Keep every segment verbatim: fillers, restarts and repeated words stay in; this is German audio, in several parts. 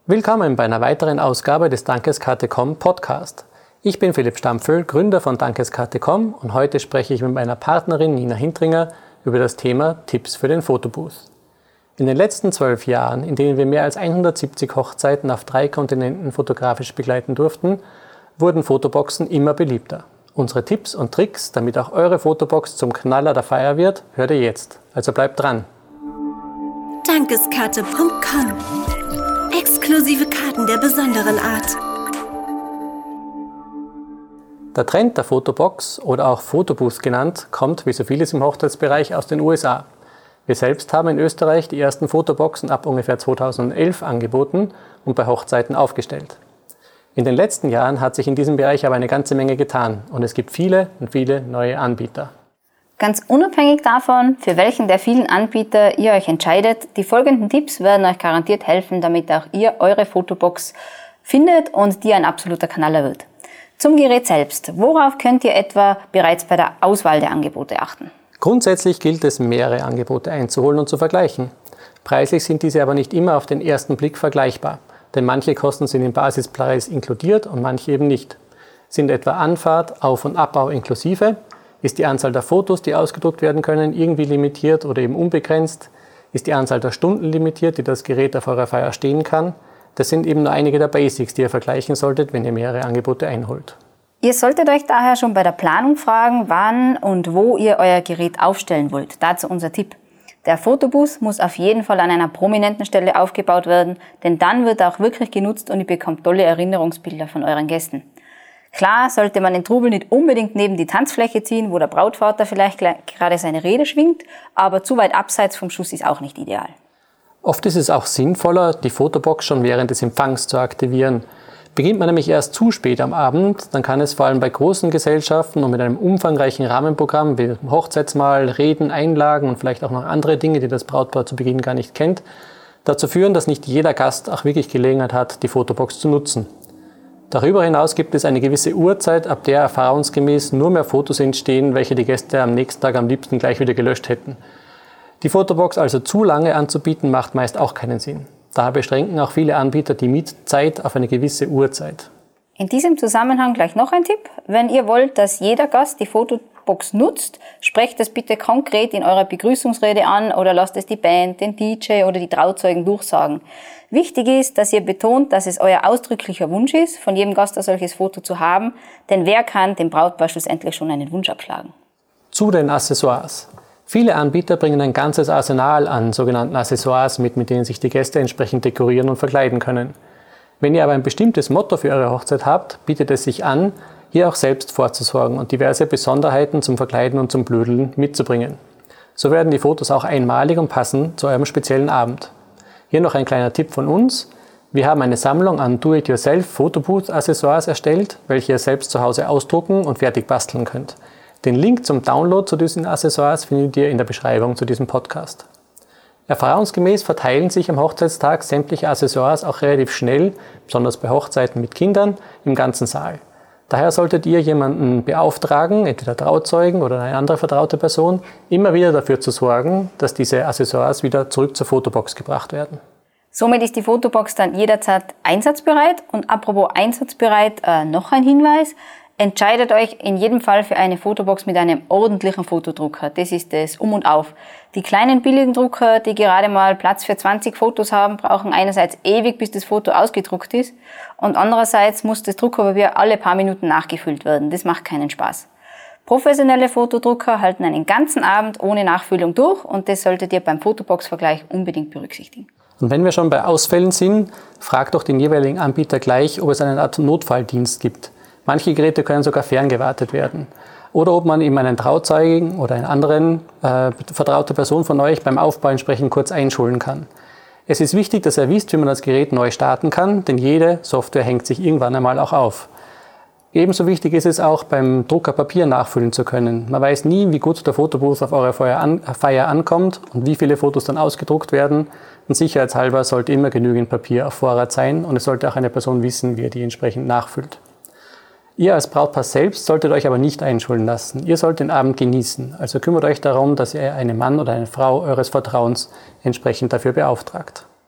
Willkommen bei einer weiteren Ausgabe des Dankeskarte Punkt com Podcast. Ich bin Philipp Stampfel, Gründer von Dankeskarte Punkt com und heute spreche ich mit meiner Partnerin Nina Hintringer über das Thema Tipps für den Fotobooth. In den letzten zwölf Jahren, in denen wir mehr als hundertsiebzig Hochzeiten auf drei Kontinenten fotografisch begleiten durften, wurden Fotoboxen immer beliebter. Unsere Tipps und Tricks, damit auch eure Fotobox zum Knaller der Feier wird, hört ihr jetzt. Also bleibt dran. Dankeskarte Punkt com. Exklusive Karten der besonderen Art. Der Trend der Fotobox oder auch Fotobooth genannt, kommt wie so vieles im Hochzeitsbereich aus den U S A. Wir selbst haben in Österreich die ersten Fotoboxen ab ungefähr zweitausendelf angeboten und bei Hochzeiten aufgestellt. In den letzten Jahren hat sich in diesem Bereich aber eine ganze Menge getan und es gibt viele und viele neue Anbieter. Ganz unabhängig davon, für welchen der vielen Anbieter ihr euch entscheidet, die folgenden Tipps werden euch garantiert helfen, damit auch ihr eure Fotobox findet und die ein absoluter Knaller wird. Zum Gerät selbst. Worauf könnt ihr etwa bereits bei der Auswahl der Angebote achten? Grundsätzlich gilt es, mehrere Angebote einzuholen und zu vergleichen. Preislich sind diese aber nicht immer auf den ersten Blick vergleichbar, denn manche Kosten sind im Basispreis inkludiert und manche eben nicht. Sind etwa Anfahrt, Auf- und Abbau inklusive? Ist die Anzahl der Fotos, die ausgedruckt werden können, irgendwie limitiert oder eben unbegrenzt? Ist die Anzahl der Stunden limitiert, die das Gerät auf eurer Feier stehen kann? Das sind eben nur einige der Basics, die ihr vergleichen solltet, wenn ihr mehrere Angebote einholt. Ihr solltet euch daher schon bei der Planung fragen, wann und wo ihr euer Gerät aufstellen wollt. Dazu unser Tipp. Der Fotobooth muss auf jeden Fall an einer prominenten Stelle aufgebaut werden, denn dann wird er auch wirklich genutzt und ihr bekommt tolle Erinnerungsbilder von euren Gästen. Klar sollte man den Trubel nicht unbedingt neben die Tanzfläche ziehen, wo der Brautvater vielleicht gerade seine Rede schwingt, aber zu weit abseits vom Schuss ist auch nicht ideal. Oft ist es auch sinnvoller, die Fotobox schon während des Empfangs zu aktivieren. Beginnt man nämlich erst zu spät am Abend, dann kann es vor allem bei großen Gesellschaften und mit einem umfangreichen Rahmenprogramm wie Hochzeitsmahl, Reden, Einlagen und vielleicht auch noch andere Dinge, die das Brautpaar zu Beginn gar nicht kennt, dazu führen, dass nicht jeder Gast auch wirklich Gelegenheit hat, die Fotobox zu nutzen. Darüber hinaus gibt es eine gewisse Uhrzeit, ab der erfahrungsgemäß nur mehr Fotos entstehen, welche die Gäste am nächsten Tag am liebsten gleich wieder gelöscht hätten. Die Fotobox also zu lange anzubieten, macht meist auch keinen Sinn. Daher beschränken auch viele Anbieter die Mietzeit auf eine gewisse Uhrzeit. In diesem Zusammenhang gleich noch ein Tipp. Wenn ihr wollt, dass jeder Gast die Fotobox nutzt, sprecht es bitte konkret in eurer Begrüßungsrede an oder lasst es die Band, den D J oder die Trauzeugen durchsagen. Wichtig ist, dass ihr betont, dass es euer ausdrücklicher Wunsch ist, von jedem Gast ein solches Foto zu haben, denn wer kann dem Brautpaar schlussendlich schon einen Wunsch abschlagen? Zu den Accessoires. Viele Anbieter bringen ein ganzes Arsenal an sogenannten Accessoires mit, mit denen sich die Gäste entsprechend dekorieren und verkleiden können. Wenn ihr aber ein bestimmtes Motto für eure Hochzeit habt, bietet es sich an, hier auch selbst vorzusorgen und diverse Besonderheiten zum Verkleiden und zum Blödeln mitzubringen. So werden die Fotos auch einmalig und passen zu eurem speziellen Abend. Hier noch ein kleiner Tipp von uns. Wir haben eine Sammlung an Do-it-yourself-Fotobooth-Accessoires erstellt, welche ihr selbst zu Hause ausdrucken und fertig basteln könnt. Den Link zum Download zu diesen Accessoires findet ihr in der Beschreibung zu diesem Podcast. Erfahrungsgemäß verteilen sich am Hochzeitstag sämtliche Accessoires auch relativ schnell, besonders bei Hochzeiten mit Kindern, im ganzen Saal. Daher solltet ihr jemanden beauftragen, entweder Trauzeugen oder eine andere vertraute Person, immer wieder dafür zu sorgen, dass diese Accessoires wieder zurück zur Fotobox gebracht werden. Somit ist die Fotobox dann jederzeit einsatzbereit. Und apropos einsatzbereit, äh, noch ein Hinweis. Entscheidet euch in jedem Fall für eine Fotobox mit einem ordentlichen Fotodrucker. Das ist das Um und Auf. Die kleinen billigen Drucker, die gerade mal Platz für zwanzig Fotos haben, brauchen einerseits ewig, bis das Foto ausgedruckt ist. Und andererseits muss das Druckerpapier alle paar Minuten nachgefüllt werden. Das macht keinen Spaß. Professionelle Fotodrucker halten einen ganzen Abend ohne Nachfüllung durch und das solltet ihr beim Fotobox-Vergleich unbedingt berücksichtigen. Und wenn wir schon bei Ausfällen sind, fragt doch den jeweiligen Anbieter gleich, ob es eine Art Notfalldienst gibt. Manche Geräte können sogar ferngewartet werden. Oder ob man eben einen Trauzeugen oder einen anderen äh, vertraute Person von euch beim Aufbau entsprechend kurz einschulen kann. Es ist wichtig, dass ihr wisst, wie man das Gerät neu starten kann, denn jede Software hängt sich irgendwann einmal auch auf. Ebenso wichtig ist es auch, beim Drucker Papier nachfüllen zu können. Man weiß nie, wie gut der Fotobooth auf eurer Feier ankommt und wie viele Fotos dann ausgedruckt werden. Und sicherheitshalber sollte immer genügend Papier auf Vorrat sein und es sollte auch eine Person wissen, wie er die entsprechend nachfüllt. Ihr als Brautpaar selbst solltet euch aber nicht einschulen lassen. Ihr sollt den Abend genießen. Also kümmert euch darum, dass ihr einen Mann oder eine Frau eures Vertrauens entsprechend dafür beauftragt.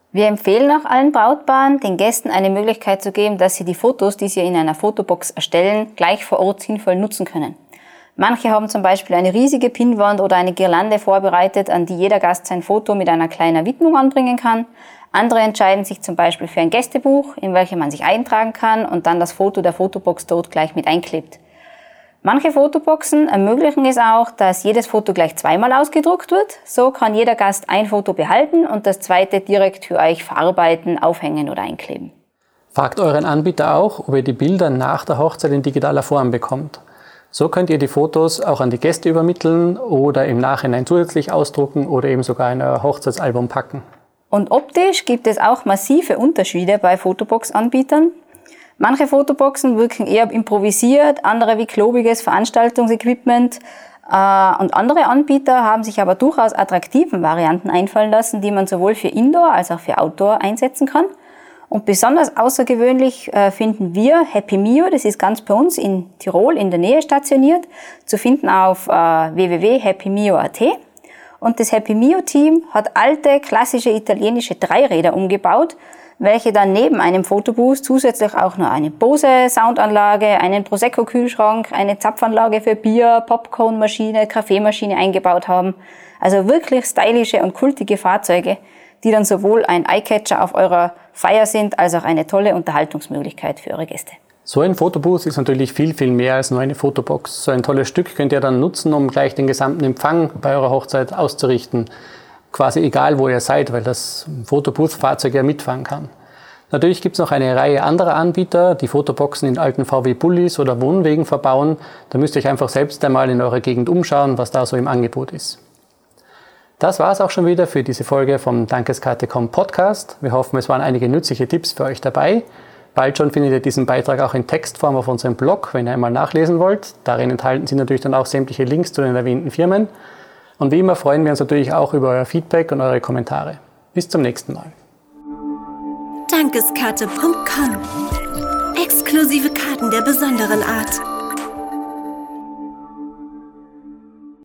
Wir empfehlen auch allen Brautpaaren, den Gästen eine Möglichkeit zu geben, dass sie die Fotos, die sie in einer Fotobox erstellen, gleich vor Ort sinnvoll nutzen können. Manche haben zum Beispiel eine riesige Pinnwand oder eine Girlande vorbereitet, an die jeder Gast sein Foto mit einer kleinen Widmung anbringen kann. Andere entscheiden sich zum Beispiel für ein Gästebuch, in welchem man sich eintragen kann und dann das Foto der Fotobox dort gleich mit einklebt. Manche Fotoboxen ermöglichen es auch, dass jedes Foto gleich zweimal ausgedruckt wird. So kann jeder Gast ein Foto behalten und das zweite direkt für euch verarbeiten, aufhängen oder einkleben. Fragt euren Anbieter auch, ob ihr die Bilder nach der Hochzeit in digitaler Form bekommt. So könnt ihr die Fotos auch an die Gäste übermitteln oder im Nachhinein zusätzlich ausdrucken oder eben sogar in euer Hochzeitsalbum packen. Und optisch gibt es auch massive Unterschiede bei Fotobox-Anbietern. Manche Fotoboxen wirken eher improvisiert, andere wie klobiges Veranstaltungsequipment. Und andere Anbieter haben sich aber durchaus attraktiven Varianten einfallen lassen, die man sowohl für Indoor als auch für Outdoor einsetzen kann. Und besonders außergewöhnlich finden wir Happy Mio, das ist ganz bei uns in Tirol in der Nähe stationiert, zu finden auf w w w punkt happy mio punkt a t. Und das Happy Mio Team hat alte, klassische italienische Dreiräder umgebaut, welche dann neben einem Fotobooth zusätzlich auch noch eine Bose Soundanlage, einen Prosecco Kühlschrank, eine Zapfanlage für Bier, Popcornmaschine, Kaffeemaschine eingebaut haben. Also wirklich stylische und kultige Fahrzeuge, die dann sowohl ein Eyecatcher auf eurer Feier sind, als auch eine tolle Unterhaltungsmöglichkeit für eure Gäste. So ein Fotobooth ist natürlich viel, viel mehr als nur eine Fotobox. So ein tolles Stück könnt ihr dann nutzen, um gleich den gesamten Empfang bei eurer Hochzeit auszurichten. Quasi egal, wo ihr seid, weil das Fotobooth-Fahrzeug ja mitfahren kann. Natürlich gibt es noch eine Reihe anderer Anbieter, die Fotoboxen in alten V W-Bullis oder Wohnwegen verbauen. Da müsst ihr euch einfach selbst einmal in eurer Gegend umschauen, was da so im Angebot ist. Das war es auch schon wieder für diese Folge vom Dankeskarte Punkt com Podcast. Wir hoffen, es waren einige nützliche Tipps für euch dabei. Bald schon findet ihr diesen Beitrag auch in Textform auf unserem Blog, wenn ihr einmal nachlesen wollt. Darin enthalten sind natürlich dann auch sämtliche Links zu den erwähnten Firmen. Und wie immer freuen wir uns natürlich auch über euer Feedback und eure Kommentare. Bis zum nächsten Mal. Dankeskarte Punkt com. Exklusive Karten der besonderen Art.